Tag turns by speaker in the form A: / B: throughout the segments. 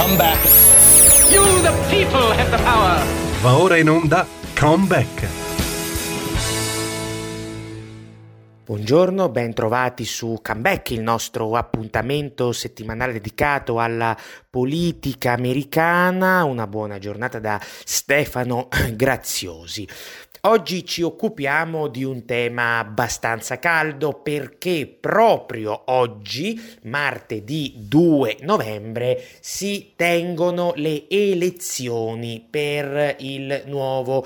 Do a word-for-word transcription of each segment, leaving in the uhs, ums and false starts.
A: Comeback.
B: You the people have the power.
C: Va ora in onda Comeback.
D: Buongiorno, ben trovati su Comeback, il nostro appuntamento settimanale dedicato alla politica americana. Una buona giornata da Stefano Graziosi. Oggi ci occupiamo di un tema abbastanza caldo perché proprio oggi, martedì due novembre, si tengono le elezioni per il nuovo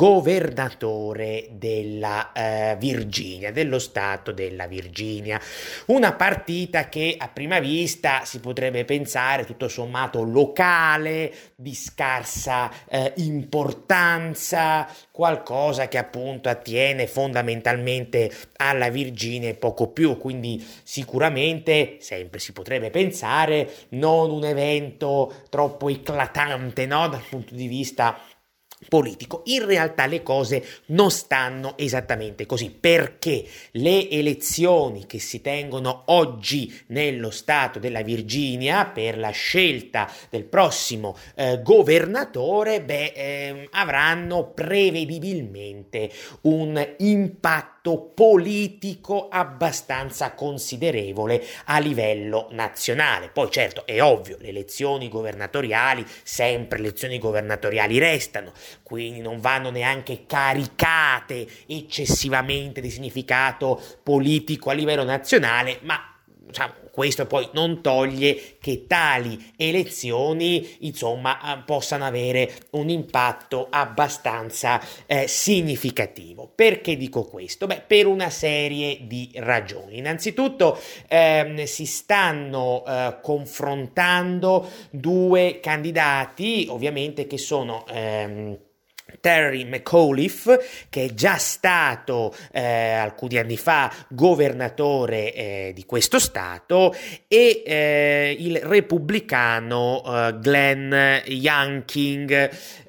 D: governatore della eh, Virginia, dello stato della Virginia. Una partita che a prima vista si potrebbe pensare tutto sommato locale, di scarsa eh, importanza, qualcosa che appunto attiene fondamentalmente alla Virginia e poco più, quindi sicuramente sempre si potrebbe pensare non un evento troppo eclatante, no, dal punto di vista politico. In realtà le cose non stanno esattamente così, perché le elezioni che si tengono oggi nello stato della Virginia per la scelta del prossimo eh, governatore beh, eh, avranno prevedibilmente un impatto politico abbastanza considerevole a livello nazionale. Poi certo è ovvio, le elezioni governatoriali, sempre le elezioni governatoriali restano, quindi non vanno neanche caricate eccessivamente di significato politico a livello nazionale, ma diciamo, questo poi non toglie che tali elezioni insomma possano avere un impatto abbastanza eh, significativo. Perché dico questo? Beh, per una serie di ragioni. Innanzitutto ehm, si stanno eh, confrontando due candidati, ovviamente, che sono ehm, Terry McAuliffe, che è già stato eh, alcuni anni fa governatore eh, di questo stato, e eh, il repubblicano eh, Glenn Youngkin.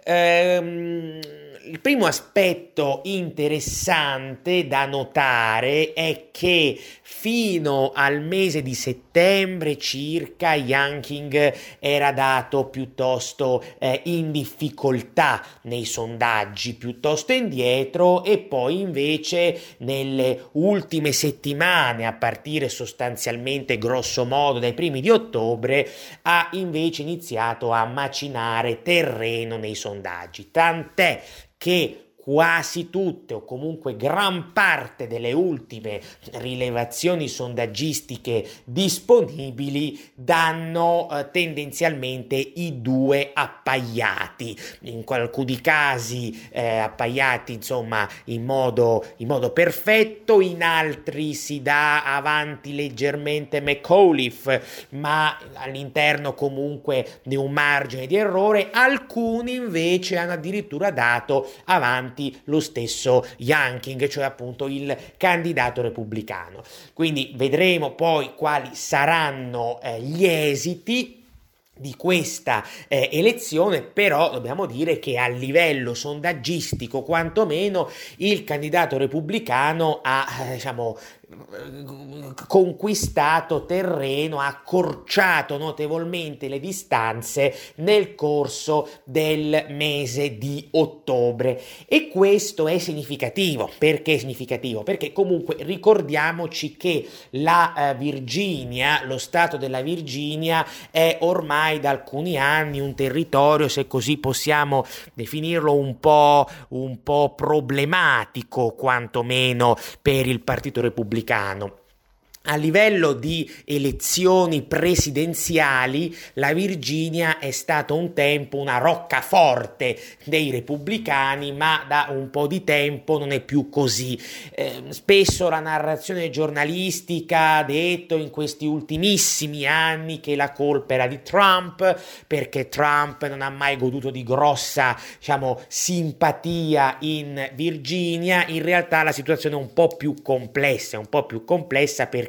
D: Ehm, Il primo aspetto interessante da notare è che fino al mese di settembre circa Youngkin era dato piuttosto eh, in difficoltà nei sondaggi, piuttosto indietro, e poi invece nelle ultime settimane, a partire sostanzialmente grosso modo dai primi di ottobre, ha invece iniziato a macinare terreno nei sondaggi, tant'è che quasi tutte o comunque gran parte delle ultime rilevazioni sondaggistiche disponibili danno eh, tendenzialmente i due appaiati, in alcuni casi eh, appaiati insomma in modo, in modo perfetto, in altri si dà avanti leggermente McAuliffe ma all'interno comunque di un margine di errore, alcuni invece hanno addirittura dato avanti lo stesso Youngkin, cioè appunto il candidato repubblicano. Quindi vedremo poi quali saranno eh, gli esiti di questa eh, elezione, però dobbiamo dire che a livello sondaggistico quantomeno il candidato repubblicano ha eh, diciamo conquistato terreno, ha accorciato notevolmente le distanze nel corso del mese di ottobre, e questo è significativo. Perché è significativo? Perché comunque ricordiamoci che la eh, Virginia, lo stato della Virginia, è ormai da alcuni anni un territorio, se così possiamo definirlo, un po', un po' problematico quantomeno per il Partito Repubblicano. A livello di elezioni presidenziali, la Virginia è stata un tempo una roccaforte dei repubblicani, ma da un po' di tempo non è più così. Eh, spesso la narrazione giornalistica ha detto in questi ultimissimi anni che la colpa era di Trump, perché Trump non ha mai goduto di grossa, diciamo, simpatia in Virginia. In realtà la situazione è un po' più complessa, un po' più complessa perché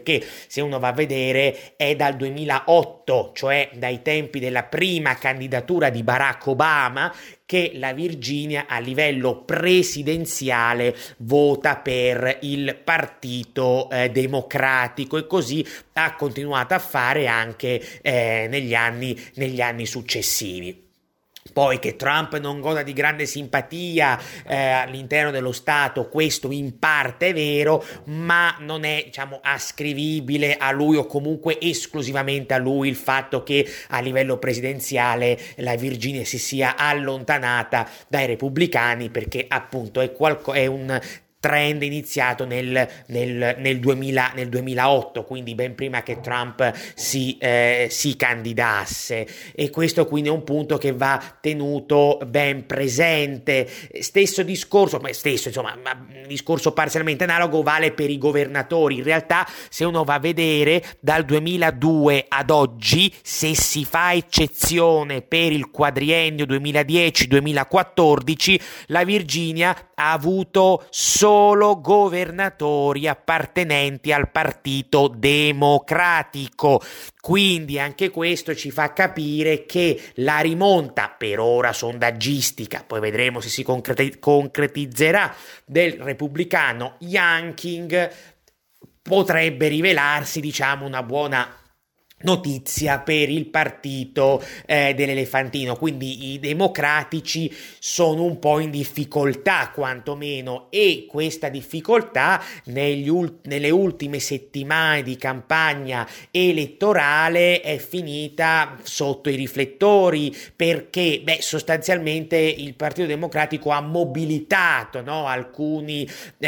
D: perché se uno va a vedere è dal duemilaotto, cioè dai tempi della prima candidatura di Barack Obama, che la Virginia a livello presidenziale vota per il Partito eh, Democratico, e così ha continuato a fare anche eh, negli anni, negli anni successivi. Poi che Trump non goda di grande simpatia eh, all'interno dello Stato, questo in parte è vero, ma non è, diciamo, ascrivibile a lui o comunque esclusivamente a lui il fatto che a livello presidenziale la Virginia si sia allontanata dai repubblicani, perché appunto è, qualco- è un trend iniziato nel, nel, nel, duemila, nel duemilaotto, quindi ben prima che Trump si, eh, si candidasse, e questo quindi è un punto che va tenuto ben presente. Stesso discorso, ma stesso insomma, ma discorso parzialmente analogo vale per i governatori. In realtà, se uno va a vedere dal duemiladue ad oggi, se si fa eccezione per il quadriennio duemiladieci duemilaquattordici, la Virginia ha avuto solo governatori appartenenti al Partito Democratico. Quindi anche questo ci fa capire che la rimonta, per ora sondaggistica, poi vedremo se si concreti- concretizzerà, del repubblicano Youngkin potrebbe rivelarsi, diciamo, una buona notizia per il partito eh, dell'elefantino. Quindi i democratici sono un po' in difficoltà quantomeno, e questa difficoltà negli ult- nelle ultime settimane di campagna elettorale è finita sotto i riflettori, perché beh, sostanzialmente il Partito Democratico ha mobilitato, no, alcuni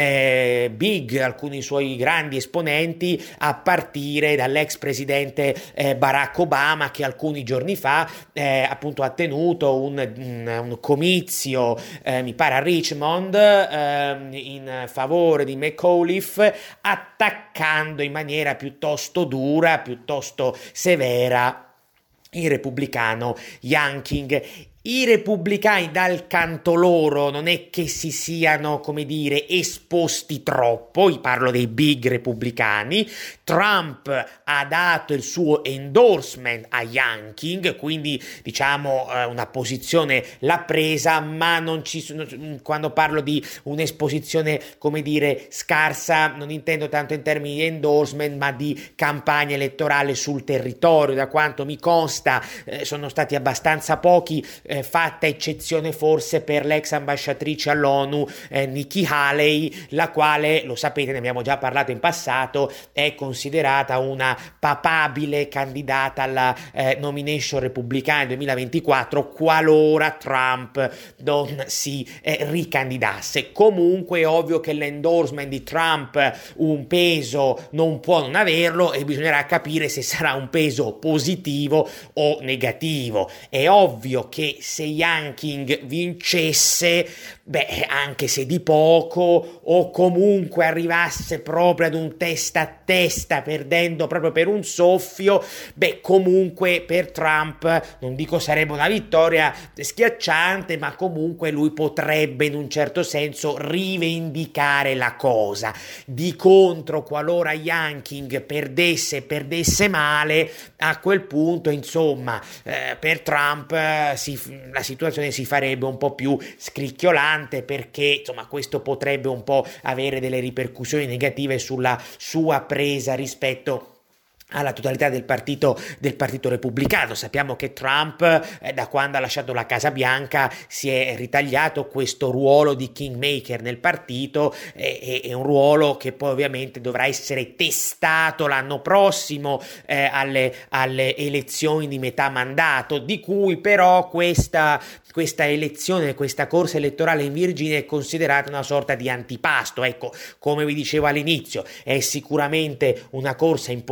D: eh, big, alcuni suoi grandi esponenti, a partire dall'ex presidente Eh, Barack Obama, che alcuni giorni fa eh, appunto ha tenuto un, un, un comizio eh, mi pare a Richmond eh, in favore di McAuliffe, attaccando in maniera piuttosto dura, piuttosto severa il repubblicano Youngkin. I repubblicani dal canto loro non è che si siano, come dire, esposti troppo, io parlo dei big repubblicani. Trump ha dato il suo endorsement a Youngkin, quindi diciamo eh, una posizione l'ha presa, ma non ci sono, quando parlo di un'esposizione, come dire, scarsa, non intendo tanto in termini di endorsement, ma di campagna elettorale sul territorio. Da quanto mi consta eh, sono stati abbastanza pochi, eh, fatta eccezione forse per l'ex ambasciatrice all'ONU eh, Nikki Haley, la quale, lo sapete, ne abbiamo già parlato in passato, è considerata una papabile candidata alla eh, nomination repubblicana nel duemilaventiquattro qualora Trump non si eh, ricandidasse. Comunque è ovvio che l'endorsement di Trump un peso non può non averlo, e bisognerà capire se sarà un peso positivo o negativo. È ovvio che se Youngkin vincesse, beh, anche se di poco, o comunque arrivasse proprio ad un testa a testa, perdendo proprio per un soffio, beh, comunque per Trump, non dico sarebbe una vittoria schiacciante, ma comunque lui potrebbe in un certo senso rivendicare la cosa. Di contro, qualora Youngkin perdesse perdesse male, a quel punto, insomma, eh, per Trump eh, si la situazione si farebbe un po' più scricchiolante, perché insomma questo potrebbe un po' avere delle ripercussioni negative sulla sua presa rispetto alla totalità del partito del partito repubblicano. Sappiamo che Trump eh, da quando ha lasciato la Casa Bianca si è ritagliato questo ruolo di kingmaker nel partito, eh, è un ruolo che poi ovviamente dovrà essere testato l'anno prossimo eh, alle, alle elezioni di metà mandato, di cui però questa questa elezione, questa corsa elettorale in Virginia è considerata una sorta di antipasto. Ecco, come vi dicevo all'inizio, è sicuramente una corsa importantissima,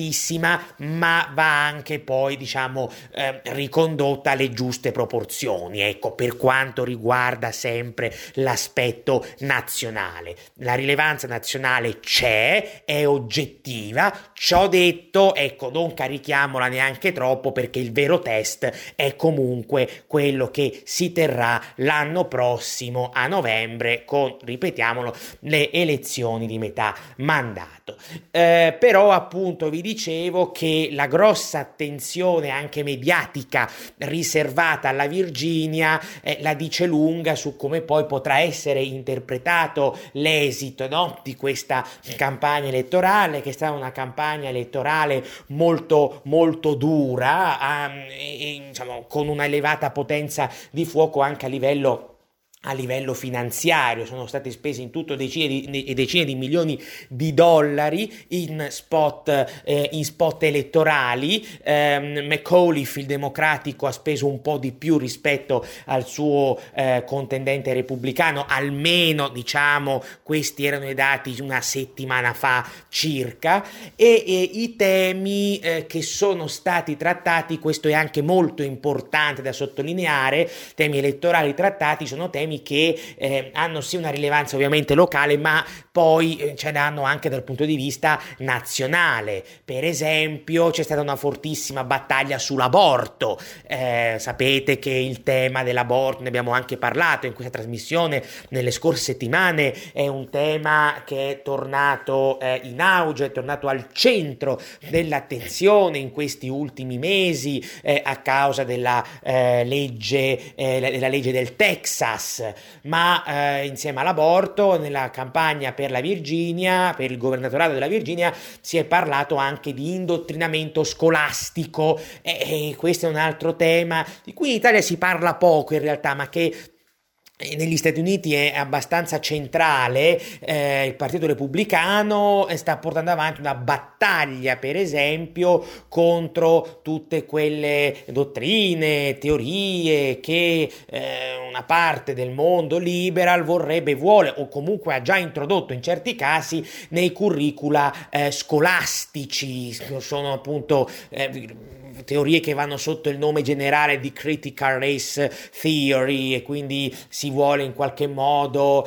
D: altissima, ma va anche poi, diciamo, eh, ricondotta alle giuste proporzioni, ecco, per quanto riguarda sempre l'aspetto nazionale. La rilevanza nazionale c'è, è oggettiva. Ciò detto, ecco, non carichiamola neanche troppo, perché il vero test è comunque quello che si terrà l'anno prossimo a novembre con, ripetiamolo, le elezioni di metà mandato. Eh, però appunto vi dicevo che la grossa attenzione anche mediatica riservata alla Virginia eh, la dice lunga su come poi potrà essere interpretato l'esito, no, di questa campagna elettorale, che è stata una campagna elettorale molto molto dura, um, e, e, diciamo, con una elevata potenza di fuoco anche a livello a livello finanziario. Sono state spese in tutto decine di, e decine di milioni di dollari in spot, eh, in spot elettorali. eh, McAuliffe, il democratico, ha speso un po' di più rispetto al suo eh, contendente repubblicano, almeno diciamo questi erano i dati una settimana fa circa, e, e i temi eh, che sono stati trattati, questo è anche molto importante da sottolineare, temi elettorali trattati sono temi che eh, hanno sì una rilevanza ovviamente locale, ma poi eh, ce ne hanno anche dal punto di vista nazionale. Per esempio c'è stata una fortissima battaglia sull'aborto. Eh, sapete che il tema dell'aborto, ne abbiamo anche parlato in questa trasmissione nelle scorse settimane, è un tema che è tornato eh, in auge, è tornato al centro dell'attenzione in questi ultimi mesi eh, a causa della eh, legge eh, della legge del Texas. Ma eh, insieme all'aborto, nella campagna per la Virginia, per il governatorato della Virginia, si è parlato anche di indottrinamento scolastico, e, e questo è un altro tema di cui in Italia si parla poco in realtà, ma che negli Stati Uniti è abbastanza centrale. Eh, il Partito Repubblicano sta portando avanti una battaglia, per esempio, contro tutte quelle dottrine, teorie che eh, una parte del mondo liberal vorrebbe, vuole o comunque ha già introdotto in certi casi nei curricula eh, scolastici. Sono appunto eh, teorie che vanno sotto il nome generale di Critical Race Theory, e quindi si vuole in qualche modo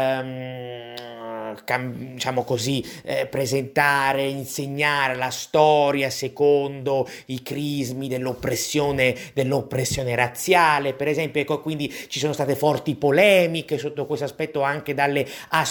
D: ehm, cam- diciamo così eh, presentare, insegnare la storia secondo i crismi dell'oppressione dell'oppressione razziale, per esempio. Ecco, quindi ci sono state forti polemiche sotto questo aspetto anche dalle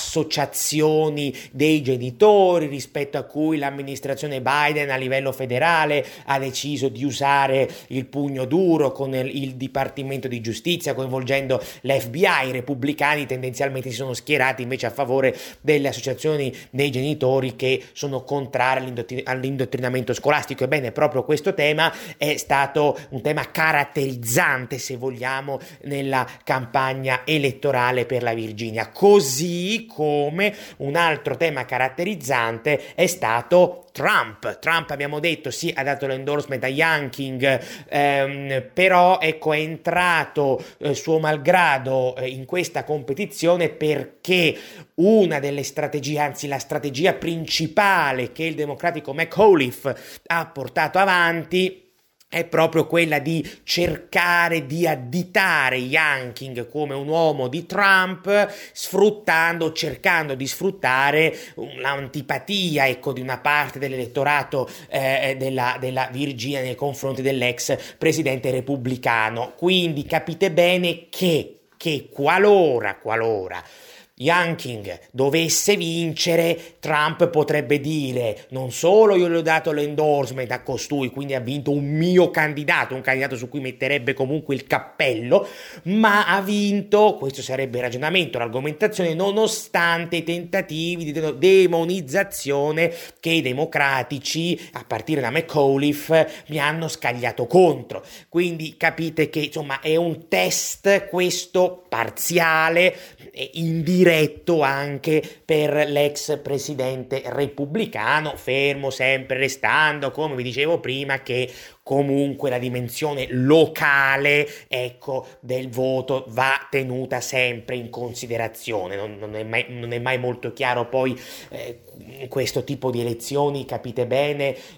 D: associazioni dei genitori, rispetto a cui l'amministrazione Biden a livello federale ha deciso di usare il pugno duro con il, il Dipartimento di Giustizia, coinvolgendo l'F B I. I repubblicani tendenzialmente si sono schierati invece a favore delle associazioni dei genitori che sono contrarie all'indottrin- all'indottrinamento scolastico. Ebbene, proprio questo tema è stato un tema caratterizzante, se vogliamo, nella campagna elettorale per la Virginia, così come un altro tema caratterizzante è stato Trump. Trump, abbiamo detto, sì, ha dato l'endorsement a Youngkin, ehm, però ecco è entrato eh, suo malgrado eh, in questa competizione, perché una delle strategie, anzi la strategia principale che il democratico McAuliffe ha portato avanti è proprio quella di cercare di additare Youngkin come un uomo di Trump, sfruttando, cercando di sfruttare l'antipatia, ecco, di una parte dell'elettorato eh, della, della Virginia nei confronti dell'ex presidente repubblicano. Quindi capite bene che, che qualora, qualora Youngkin dovesse vincere, Trump potrebbe dire: non solo io gli ho dato l'endorsement a costui, quindi ha vinto un mio candidato, un candidato su cui metterebbe comunque il cappello, ma ha vinto, questo sarebbe il ragionamento, l'argomentazione, nonostante i tentativi di demonizzazione che i democratici, a partire da McAuliffe, mi hanno scagliato contro. Quindi capite che insomma è un test questo parziale e indiretto anche per l'ex presidente repubblicano, fermo sempre restando, come vi dicevo prima, che comunque la dimensione locale, ecco, del voto va tenuta sempre in considerazione. Non, non, è, mai, non è mai molto chiaro poi eh, in questo tipo di elezioni, capite bene,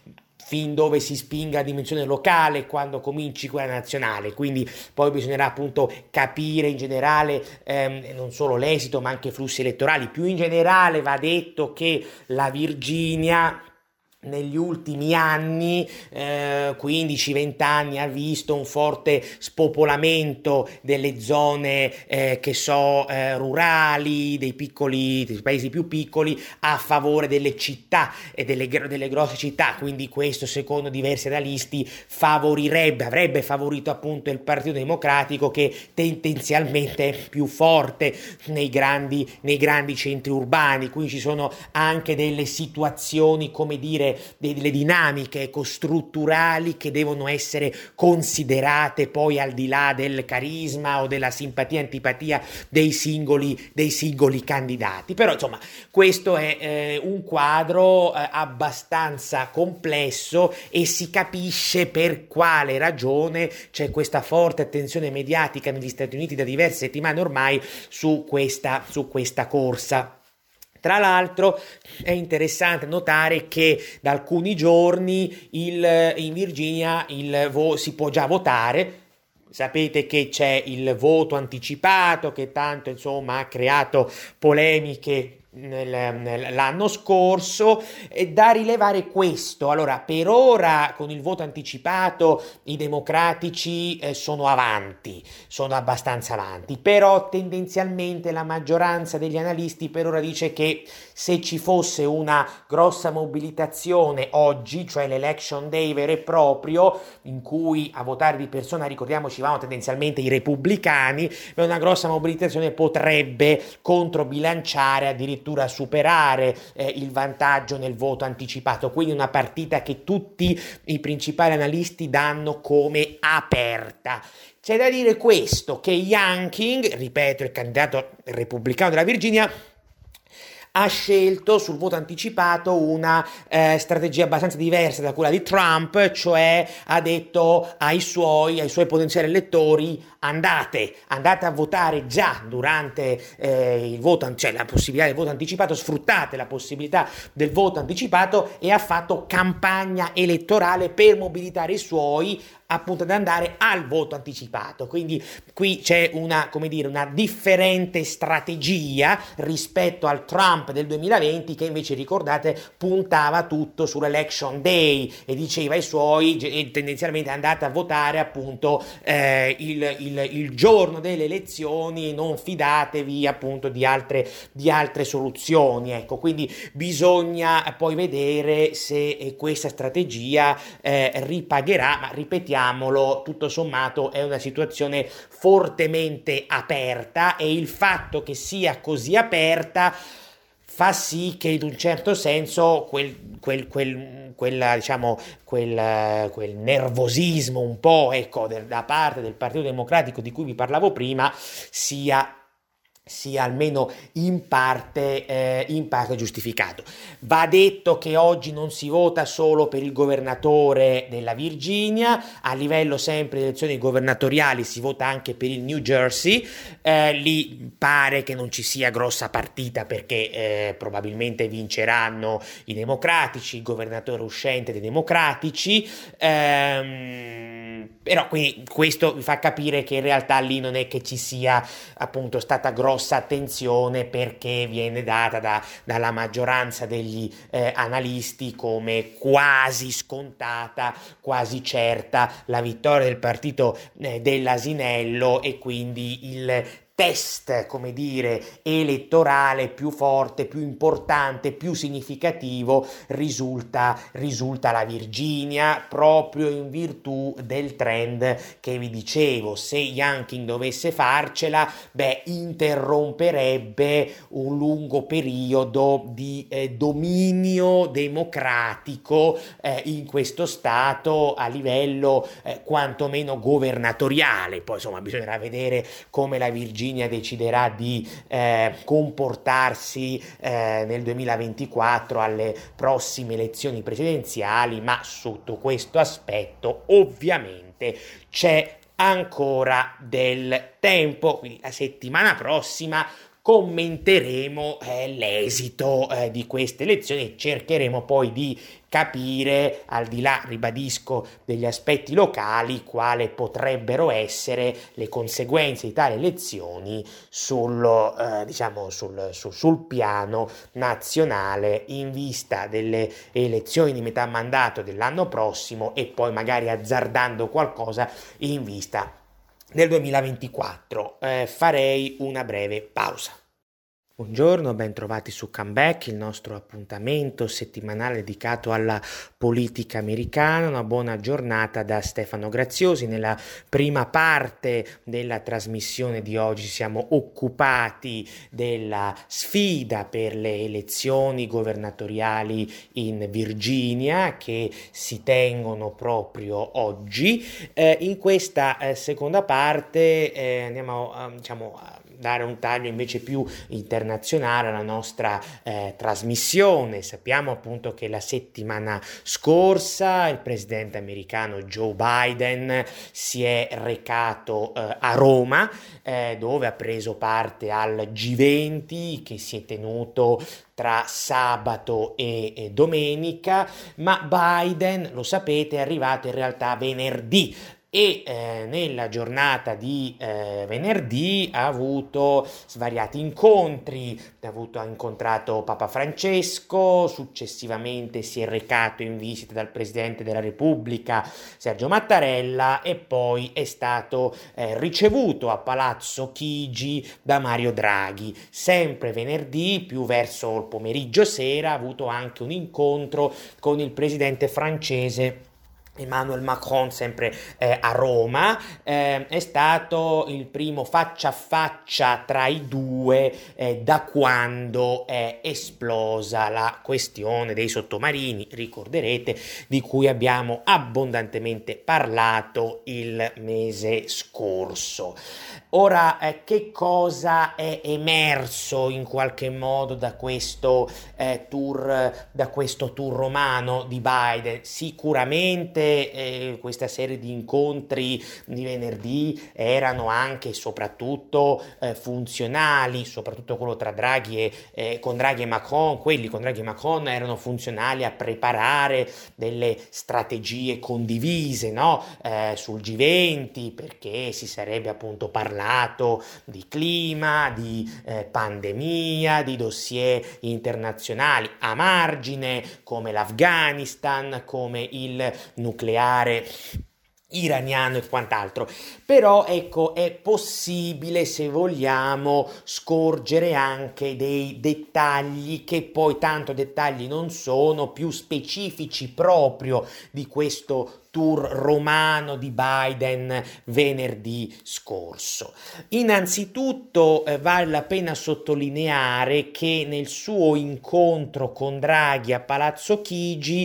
D: fin dove si spinga la dimensione locale quando cominci quella nazionale, quindi poi bisognerà appunto capire in generale ehm, non solo l'esito ma anche i flussi elettorali. Più in generale va detto che la Virginia negli ultimi anni, eh, quindici venti anni, ha visto un forte spopolamento delle zone eh, che so eh, rurali, dei piccoli, dei paesi più piccoli, a favore delle città e delle, delle grosse città. Quindi questo, secondo diversi analisti, favorirebbe, avrebbe favorito appunto il Partito Democratico, che tendenzialmente è più forte nei grandi, nei grandi centri urbani. Quindi ci sono anche delle situazioni, come dire, delle dinamiche ecostrutturali che devono essere considerate poi al di là del carisma o della simpatia e antipatia dei singoli, dei singoli candidati. Però insomma questo è eh, un quadro eh, abbastanza complesso, e si capisce per quale ragione c'è questa forte attenzione mediatica negli Stati Uniti da diverse settimane ormai su questa, su questa corsa. Tra l'altro è interessante notare che da alcuni giorni il, in Virginia il vo- si può già votare. Sapete che c'è il voto anticipato che tanto insomma ha creato polemiche Nel, nel, l'anno scorso. È da rilevare questo. Allora, per ora con il voto anticipato i democratici eh, sono avanti, sono abbastanza avanti, però tendenzialmente la maggioranza degli analisti per ora dice che se ci fosse una grossa mobilitazione oggi, cioè l'election day vero e proprio, in cui a votare di persona, ricordiamoci, vanno tendenzialmente i repubblicani, una grossa mobilitazione potrebbe controbilanciare, addirittura superare eh, il vantaggio nel voto anticipato. Quindi una partita che tutti i principali analisti danno come aperta. C'è da dire questo, che Youngkin, ripeto, il candidato repubblicano della Virginia, ha scelto sul voto anticipato una eh, strategia abbastanza diversa da quella di Trump, cioè ha detto ai suoi, ai suoi potenziali elettori: andate, andate a votare già durante eh, il voto, cioè la possibilità del voto anticipato, sfruttate la possibilità del voto anticipato, e ha fatto campagna elettorale per mobilitare i suoi appunto ad andare al voto anticipato. Quindi qui c'è una, come dire, una differente strategia rispetto al Trump del duemilaventi, che invece, ricordate, puntava tutto sull'election day e diceva ai suoi e tendenzialmente andate a votare appunto eh, il, il, il giorno delle elezioni, non fidatevi appunto di altre, di altre soluzioni. Ecco, quindi bisogna poi vedere se questa strategia eh, ripagherà, ma ripetiamo, tutto sommato è una situazione fortemente aperta, e il fatto che sia così aperta fa sì che in un certo senso quel, quel, quel, quella, diciamo, quel, quel nervosismo un po', ecco, da parte del Partito Democratico di cui vi parlavo prima sia sia almeno in parte, eh, in parte giustificato. Va detto che oggi non si vota solo per il governatore della Virginia, a livello sempre di elezioni governatoriali si vota anche per il New Jersey. Eh, lì pare che non ci sia grossa partita, perché eh, probabilmente vinceranno i democratici, il governatore uscente dei democratici, ehm, però quindi questo vi fa capire che in realtà lì non è che ci sia appunto stata grossa attenzione, perché viene data da, dalla maggioranza degli eh, analisti come quasi scontata, quasi certa la vittoria del partito eh, dell'asinello, e quindi il test, come dire, elettorale più forte, più importante, più significativo risulta, risulta la Virginia, proprio in virtù del trend che vi dicevo. Se Youngkin dovesse farcela, beh, interromperebbe un lungo periodo di eh, dominio democratico eh, in questo stato a livello eh, quantomeno governatoriale. Poi insomma bisognerà vedere come la Virginia deciderà di eh, comportarsi eh, nel duemilaventiquattro alle prossime elezioni presidenziali, ma sotto questo aspetto ovviamente c'è ancora del tempo. Quindi la settimana prossima commenteremo eh, l'esito eh, di queste elezioni e cercheremo poi di capire, al di là, ribadisco, degli aspetti locali, quali potrebbero essere le conseguenze di tali elezioni sul, eh, diciamo, sul, sul, sul piano nazionale in vista delle elezioni di metà mandato dell'anno prossimo e poi magari azzardando qualcosa in vista del duemilaventiquattro. Eh, farei una breve pausa. Buongiorno, ben trovati su Comeback, il nostro appuntamento settimanale dedicato alla politica americana. Una buona giornata da Stefano Graziosi. Nella prima parte della trasmissione di oggi siamo occupati della sfida per le elezioni governatoriali in Virginia che si tengono proprio oggi. Eh, in questa eh, seconda parte eh, andiamo a, diciamo, a dare un taglio invece più internazionale alla nostra eh, trasmissione. Sappiamo appunto che la settimana scorsa il presidente americano Joe Biden si è recato eh, a Roma eh, dove ha preso parte al G venti che si è tenuto tra sabato e, e domenica, ma Biden, lo sapete, è arrivato in realtà venerdì. E eh, nella giornata di eh, venerdì ha avuto svariati incontri, ha, avuto, ha incontrato Papa Francesco, successivamente si è recato in visita dal Presidente della Repubblica Sergio Mattarella e poi è stato eh, ricevuto a Palazzo Chigi da Mario Draghi. Sempre venerdì, più verso il pomeriggio sera, ha avuto anche un incontro con il Presidente francese Emmanuel Macron, sempre eh, a Roma. Eh, è stato il primo faccia a faccia tra i due eh, da quando è esplosa la questione dei sottomarini, ricorderete, di cui abbiamo abbondantemente parlato il mese scorso. Ora, eh, che cosa è emerso in qualche modo da questo eh, tour, da questo tour romano di Biden? Sicuramente eh, questa serie di incontri di venerdì erano anche e soprattutto eh, funzionali, soprattutto quello tra Draghi e eh, con Draghi e Macron. Quelli con Draghi e Macron erano funzionali a preparare delle strategie condivise, no? eh, sul G venti, perché si sarebbe appunto parlato di clima, di eh, pandemia, di dossier internazionali a margine come l'Afghanistan, come il nucleare iraniano e quant'altro. Però ecco, è possibile, se vogliamo, scorgere anche dei dettagli che poi tanto dettagli non sono, più specifici proprio di questo tour romano di Biden venerdì scorso. Innanzitutto eh, vale la pena sottolineare che nel suo incontro con Draghi a Palazzo Chigi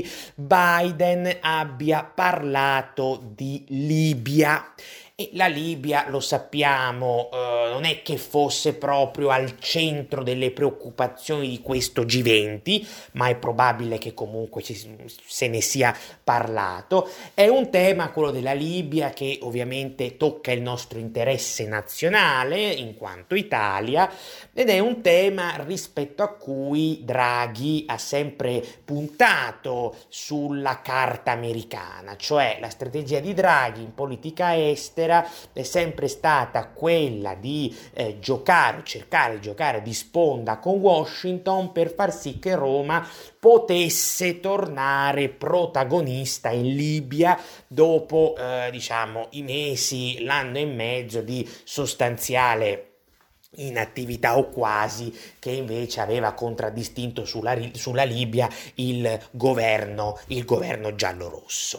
D: Biden abbia parlato di Libia. E la Libia, lo sappiamo, eh, non è che fosse proprio al centro delle preoccupazioni di questo G venti, ma è probabile che comunque ci, se ne sia parlato. È un tema, quello della Libia, che ovviamente tocca il nostro interesse nazionale in quanto Italia, ed è un tema rispetto a cui Draghi ha sempre puntato sulla carta americana, cioè la strategia di Draghi in politica estera è sempre stata quella di eh, giocare, cercare di giocare di sponda con Washington per far sì che Roma potesse tornare protagonista in Libia dopo eh, diciamo i mesi, l'anno e mezzo di sostanziale inattività o quasi che invece aveva contraddistinto sulla, sulla Libia il governo, il governo giallorosso.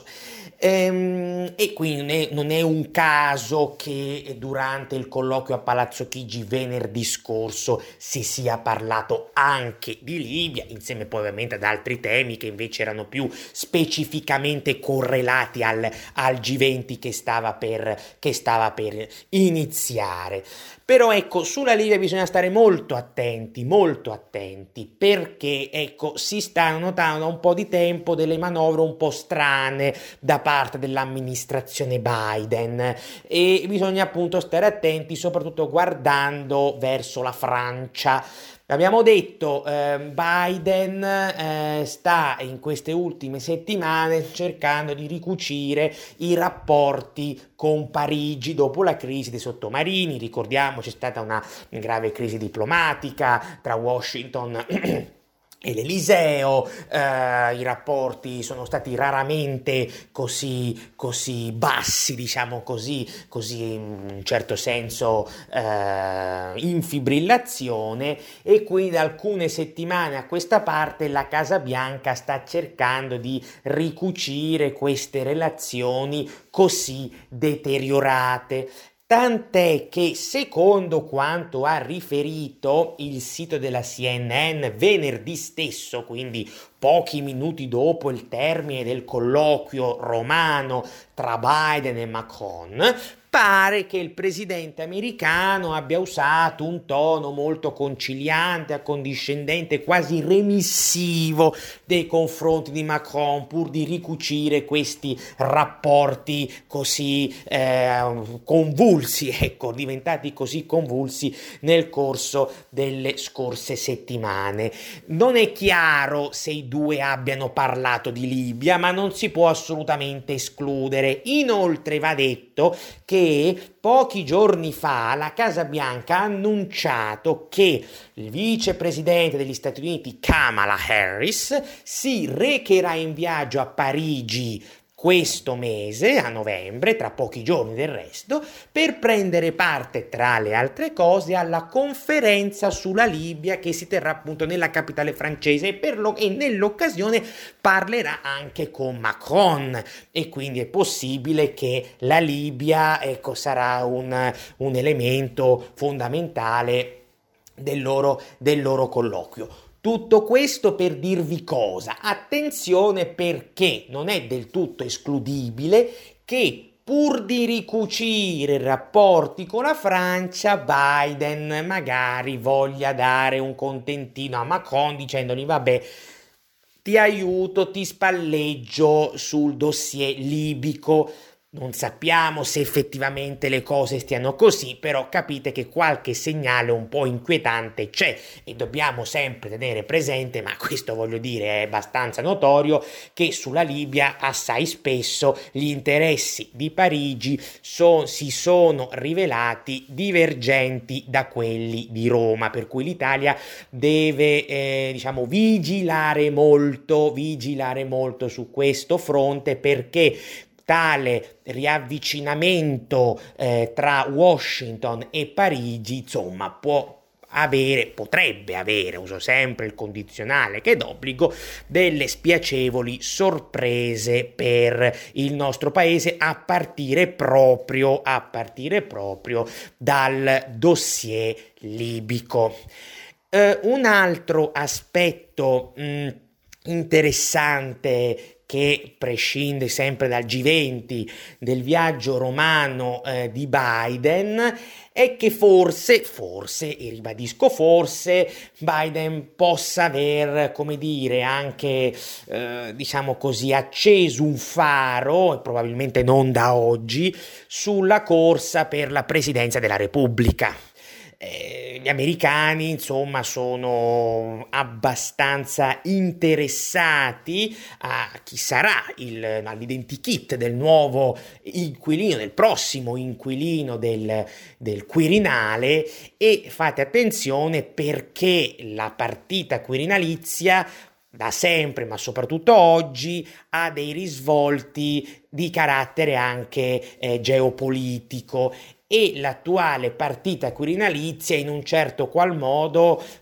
D: Ehm, e quindi non è, non è un caso che durante il colloquio a Palazzo Chigi venerdì scorso si sia parlato anche di Libia, insieme poi ovviamente ad altri temi che invece erano più specificamente correlati al, al G venti che stava per, che stava per iniziare. Però ecco, sulla Libia bisogna stare molto attenti, molto attenti, perché ecco, si stanno notando da un po' di tempo delle manovre un po' strane da parte dell'amministrazione Biden e bisogna appunto stare attenti, soprattutto guardando verso la Francia. Abbiamo detto, eh, Biden eh, sta in queste ultime settimane cercando di ricucire i rapporti con Parigi dopo la crisi dei sottomarini. Ricordiamo c'è stata una grave crisi diplomatica tra Washington e l'Eliseo, eh, i rapporti sono stati raramente così, così bassi, diciamo così, così in un certo senso eh, in fibrillazione, e quindi da alcune settimane a questa parte la Casa Bianca sta cercando di ricucire queste relazioni così deteriorate. Tant'è che, secondo quanto ha riferito il sito della C N N venerdì stesso, quindi pochi minuti dopo il termine del colloquio romano tra Biden e Macron, pare che il presidente americano abbia usato un tono molto conciliante, accondiscendente, quasi remissivo nei confronti di Macron, pur di ricucire questi rapporti così eh, convulsi, ecco, diventati così convulsi nel corso delle scorse settimane. Non è chiaro se i due abbiano parlato di Libia, ma non si può assolutamente escludere. Inoltre va detto che pochi giorni fa la Casa Bianca ha annunciato che il vicepresidente degli Stati Uniti Kamala Harris si recherà in viaggio a Parigi questo mese, a novembre, tra pochi giorni del resto, per prendere parte, tra le altre cose, alla conferenza sulla Libia che si terrà appunto nella capitale francese, e, per lo, e nell'occasione parlerà anche con Macron, e quindi è possibile che la Libia, ecco, sarà un, un elemento fondamentale del loro, del loro colloquio. Tutto questo per dirvi cosa? Attenzione, perché non è del tutto escludibile che, pur di ricucire i rapporti con la Francia, Biden magari voglia dare un contentino a Macron dicendogli: vabbè, ti aiuto, ti spalleggio sul dossier libico. Non sappiamo se effettivamente le cose stiano così, però capite che qualche segnale un po' inquietante c'è, e dobbiamo sempre tenere presente, ma questo voglio dire è abbastanza notorio, che sulla Libia assai spesso gli interessi di Parigi so, si sono rivelati divergenti da quelli di Roma, per cui l'Italia deve eh, diciamo vigilare molto, vigilare molto su questo fronte, perché tale riavvicinamento eh, tra Washington e Parigi, insomma, può avere, potrebbe avere, uso sempre il condizionale che è d'obbligo, delle spiacevoli sorprese per il nostro paese, a partire proprio, a partire proprio dal dossier libico. Eh, un altro aspetto mh, interessante che prescinde sempre dal G venti del viaggio romano eh, di Biden è che forse, forse, e ribadisco forse, Biden possa aver, come dire, anche, eh, diciamo così, acceso un faro, e probabilmente non da oggi, sulla corsa per la presidenza della Repubblica. Eh, gli americani, insomma, sono abbastanza interessati a chi sarà il, all'identikit del nuovo inquilino, del prossimo inquilino del, del Quirinale, e fate attenzione perché la partita quirinalizia da sempre, ma soprattutto oggi, ha dei risvolti di carattere anche eh, geopolitico, e l'attuale partita quirinalizia in un certo qual modo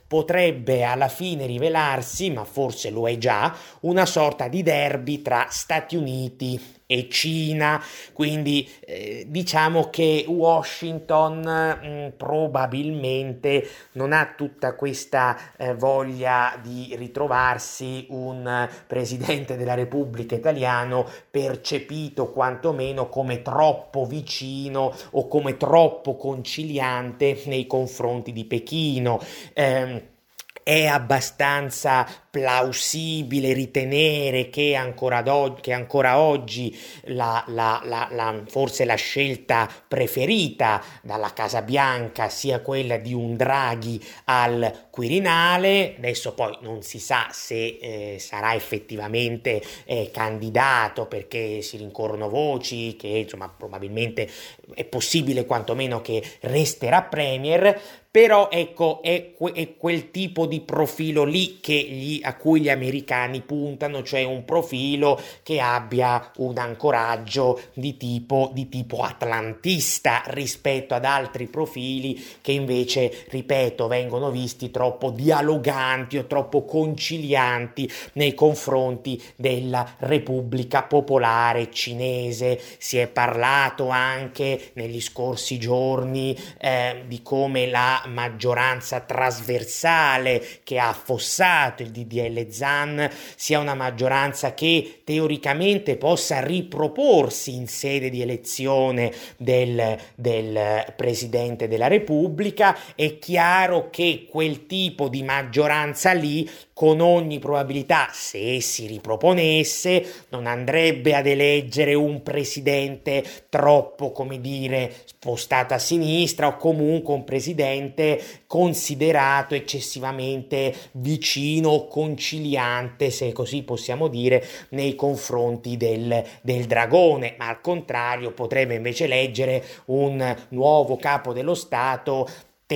D: potrebbe alla fine rivelarsi, ma forse lo è già, una sorta di derby tra Stati Uniti e Cina, quindi eh, diciamo che Washington mh, probabilmente non ha tutta questa eh, voglia di ritrovarsi un eh, presidente della Repubblica italiano percepito quantomeno come troppo vicino o come troppo conciliante nei confronti di Pechino. Eh, È abbastanza plausibile ritenere che ancora, do- che ancora oggi la, la, la, la, forse la scelta preferita dalla Casa Bianca sia quella di un Draghi al Quirinale. Adesso poi non si sa se eh, sarà effettivamente eh, candidato, perché si rincorrono voci che insomma probabilmente è possibile quantomeno che resterà premier. Però ecco, è, que- è quel tipo di profilo lì che gli, a cui gli americani puntano, cioè un profilo che abbia un ancoraggio di tipo, di tipo atlantista rispetto ad altri profili che invece, ripeto, vengono visti troppo dialoganti o troppo concilianti nei confronti della Repubblica Popolare Cinese. Si è parlato anche negli scorsi giorni eh, di come la maggioranza trasversale che ha affossato il D D L Zan sia una maggioranza che teoricamente possa riproporsi in sede di elezione del, del Presidente della Repubblica. È chiaro che quel tipo di maggioranza lì, con ogni probabilità, se si riproponesse, non andrebbe ad eleggere un presidente troppo, come dire, spostato a sinistra, o comunque un presidente considerato eccessivamente vicino o conciliante, se così possiamo dire, nei confronti del, del Dragone, ma al contrario potrebbe invece eleggere un nuovo capo dello Stato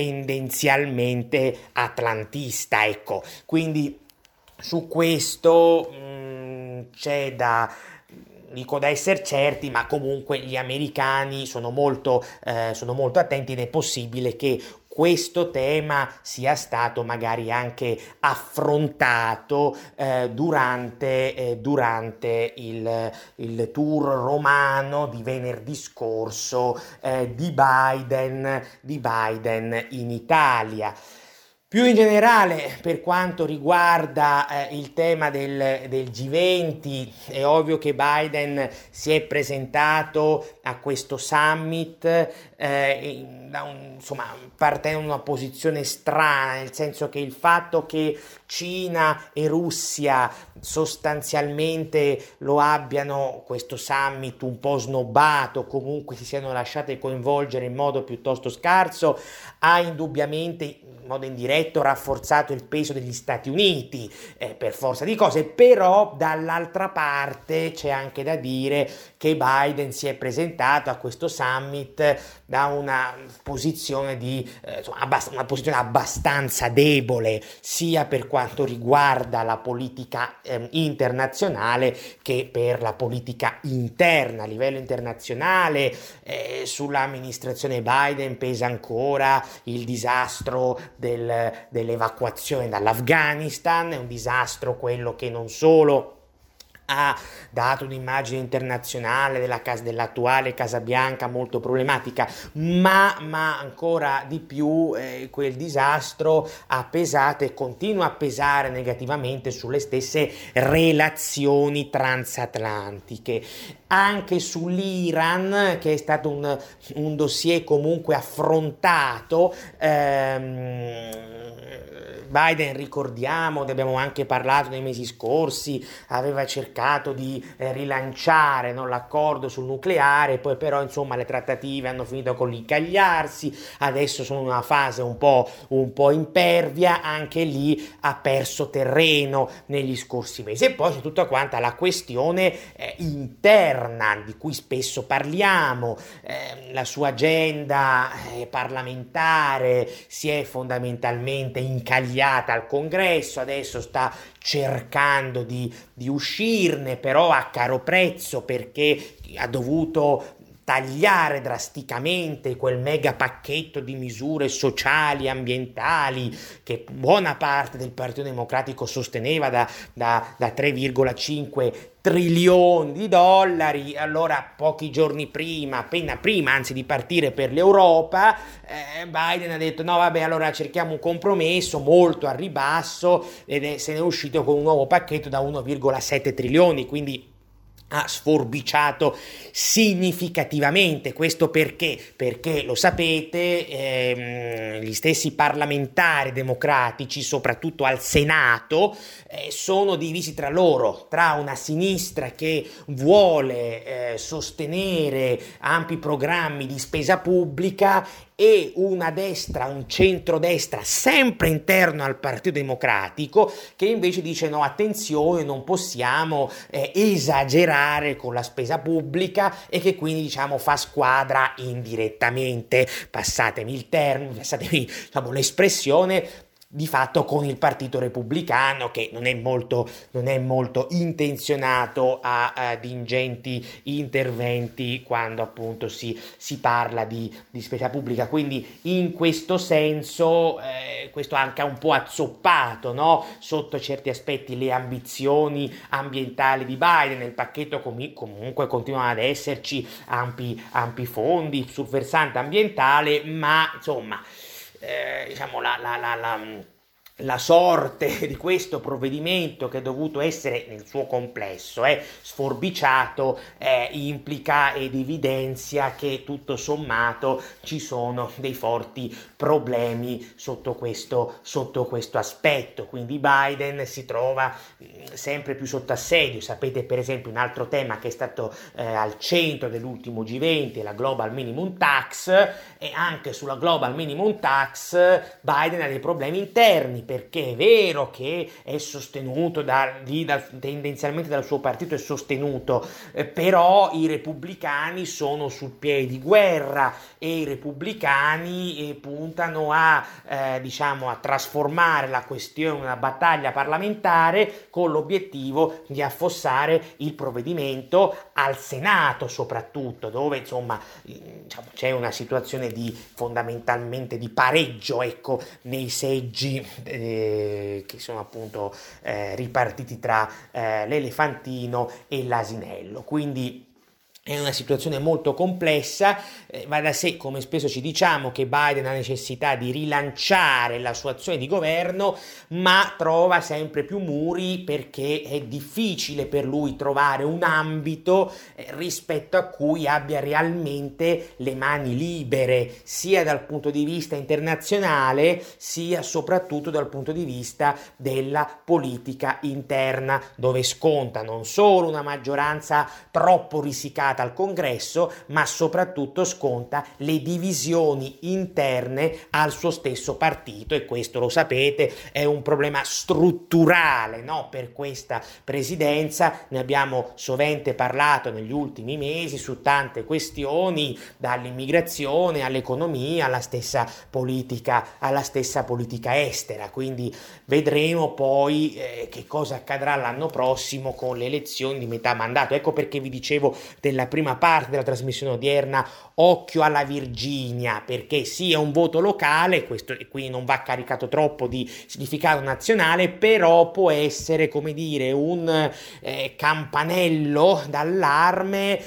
D: tendenzialmente atlantista, ecco. Quindi su questo mh, c'è da dico da essere certi, ma comunque gli americani sono molto eh, sono molto attenti, ed è possibile che questo tema sia stato magari anche affrontato eh, durante, eh, durante il, il tour romano di venerdì scorso eh, di Biden, di Biden in Italia. Più in generale, per quanto riguarda eh, il tema del, del G venti, è ovvio che Biden si è presentato a questo summit eh, da un, insomma, partendo da una posizione strana, nel senso che il fatto che Cina e Russia sostanzialmente lo abbiano, questo summit, un po' snobbato, comunque si siano lasciate coinvolgere in modo piuttosto scarso, ha indubbiamente in modo indiretto rafforzato il peso degli Stati Uniti eh, per forza di cose. Però dall'altra parte c'è anche da dire che Biden si è presentato a questo summit da una posizione di eh, insomma, abbast- una posizione abbastanza debole, sia per quanto riguarda la politica eh, internazionale che per la politica interna. A livello internazionale eh, sull'amministrazione Biden pesa ancora il disastro del, dell'evacuazione dall'Afghanistan. È un disastro quello che non solo ha dato un'immagine internazionale della casa, dell'attuale Casa Bianca molto problematica, ma, ma ancora di più eh, quel disastro ha pesato e continua a pesare negativamente sulle stesse relazioni transatlantiche. Anche sull'Iran, che è stato un, un dossier comunque affrontato, ehm, Biden, ricordiamo, ne abbiamo anche parlato nei mesi scorsi, aveva cercato di eh, rilanciare no, l'accordo sul nucleare, poi però insomma le trattative hanno finito con l'incagliarsi, adesso sono in una fase un po', un po' impervia, anche lì ha perso terreno negli scorsi mesi. E poi c'è tutta quanta la questione eh, interna di cui spesso parliamo, eh, la sua agenda eh, parlamentare si è fondamentalmente incagliata al Congresso, adesso sta cercando di, di uscirne, però a caro prezzo, perché ha dovuto tagliare drasticamente quel mega pacchetto di misure sociali, ambientali che buona parte del Partito Democratico sosteneva da, da, da tre virgola cinque trilioni di dollari. Allora pochi giorni prima, appena prima anzi di partire per l'Europa, eh, Biden ha detto no vabbè, allora cerchiamo un compromesso molto a ribasso, ed è, se ne è uscito con un nuovo pacchetto da uno virgola sette trilioni, quindi ha sforbiciato significativamente. Questo perché? Perché lo sapete, ehm, gli stessi parlamentari democratici, soprattutto al Senato, eh, sono divisi tra loro, tra una sinistra che vuole eh, sostenere ampi programmi di spesa pubblica e una destra, un centrodestra sempre interno al Partito Democratico che invece dice no, attenzione, non possiamo eh, esagerare con la spesa pubblica, e che quindi diciamo fa squadra indirettamente, passatemi il termine, passatemi diciamo, l'espressione, di fatto con il Partito Repubblicano, che non è molto, non è molto intenzionato a, ad ingenti interventi quando appunto si, si parla di, di spesa pubblica. Quindi in questo senso eh, questo anche ha un po' azzoppato, no? Sotto certi aspetti le ambizioni ambientali di Biden. Nel pacchetto com- comunque continuano ad esserci ampi, ampi fondi sul versante ambientale, ma insomma Eh, diciamo la, la, la, la, la sorte di questo provvedimento, che è dovuto essere nel suo complesso eh, sforbiciato, eh, implica ed evidenzia che tutto sommato ci sono dei forti problemi sotto questo, sotto questo aspetto. Quindi Biden si trova mh, sempre più sotto assedio. Sapete per esempio un altro tema che è stato eh, al centro dell'ultimo G venti, la Global Minimum Tax, e anche sulla Global Minimum Tax Biden ha dei problemi interni, perché è vero che è sostenuto da, di, da, tendenzialmente dal suo partito è sostenuto, eh, però i repubblicani sono sul piede di guerra e i repubblicani eh, puntano a eh, diciamo a trasformare la questione in una battaglia parlamentare con l'obiettivo di affossare il provvedimento al Senato, soprattutto dove insomma diciamo, c'è una situazione di fondamentalmente di pareggio ecco nei seggi eh, che sono appunto eh, ripartiti tra eh, l'elefantino e l'asinello. Quindi è una situazione molto complessa, eh, va da sé, come spesso ci diciamo, che Biden ha necessità di rilanciare la sua azione di governo, ma trova sempre più muri perché è difficile per lui trovare un ambito eh, rispetto a cui abbia realmente le mani libere, sia dal punto di vista internazionale, sia soprattutto dal punto di vista della politica interna, dove sconta non solo una maggioranza troppo risicata al Congresso, ma soprattutto sconta le divisioni interne al suo stesso partito, e questo lo sapete è un problema strutturale, no? Per questa presidenza ne abbiamo sovente parlato negli ultimi mesi su tante questioni, dall'immigrazione all'economia alla stessa politica alla stessa politica estera. Quindi vedremo poi eh, che cosa accadrà l'anno prossimo con le elezioni di metà mandato. Ecco perché vi dicevo della prima parte della trasmissione odierna, occhio alla Virginia, perché sì è un voto locale, questo e quindi non va caricato troppo di significato nazionale, però può essere, come dire, un eh, campanello d'allarme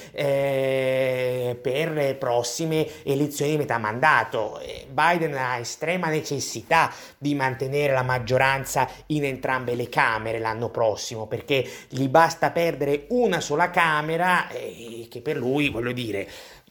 D: eh, per le prossime elezioni di metà mandato. Biden ha estrema necessità di mantenere la maggioranza in entrambe le Camere l'anno prossimo, perché gli basta perdere una sola Camera eh, che per lui, voglio dire,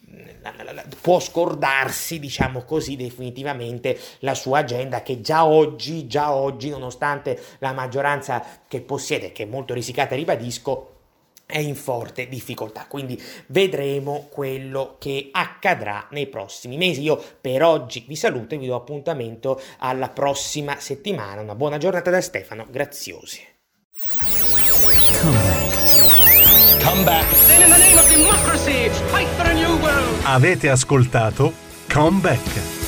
D: può scordarsi, diciamo così, definitivamente la sua agenda, che già oggi, già oggi, nonostante la maggioranza che possiede, che è molto risicata, ribadisco, è in forte difficoltà. Quindi vedremo quello che accadrà nei prossimi mesi. Io per oggi vi saluto e vi do appuntamento alla prossima settimana. Una buona giornata da Stefano Graziosi.
C: Come back.
B: Come back. Then in the name of democracy, fight for a new world.
C: Avete ascoltato Come Back.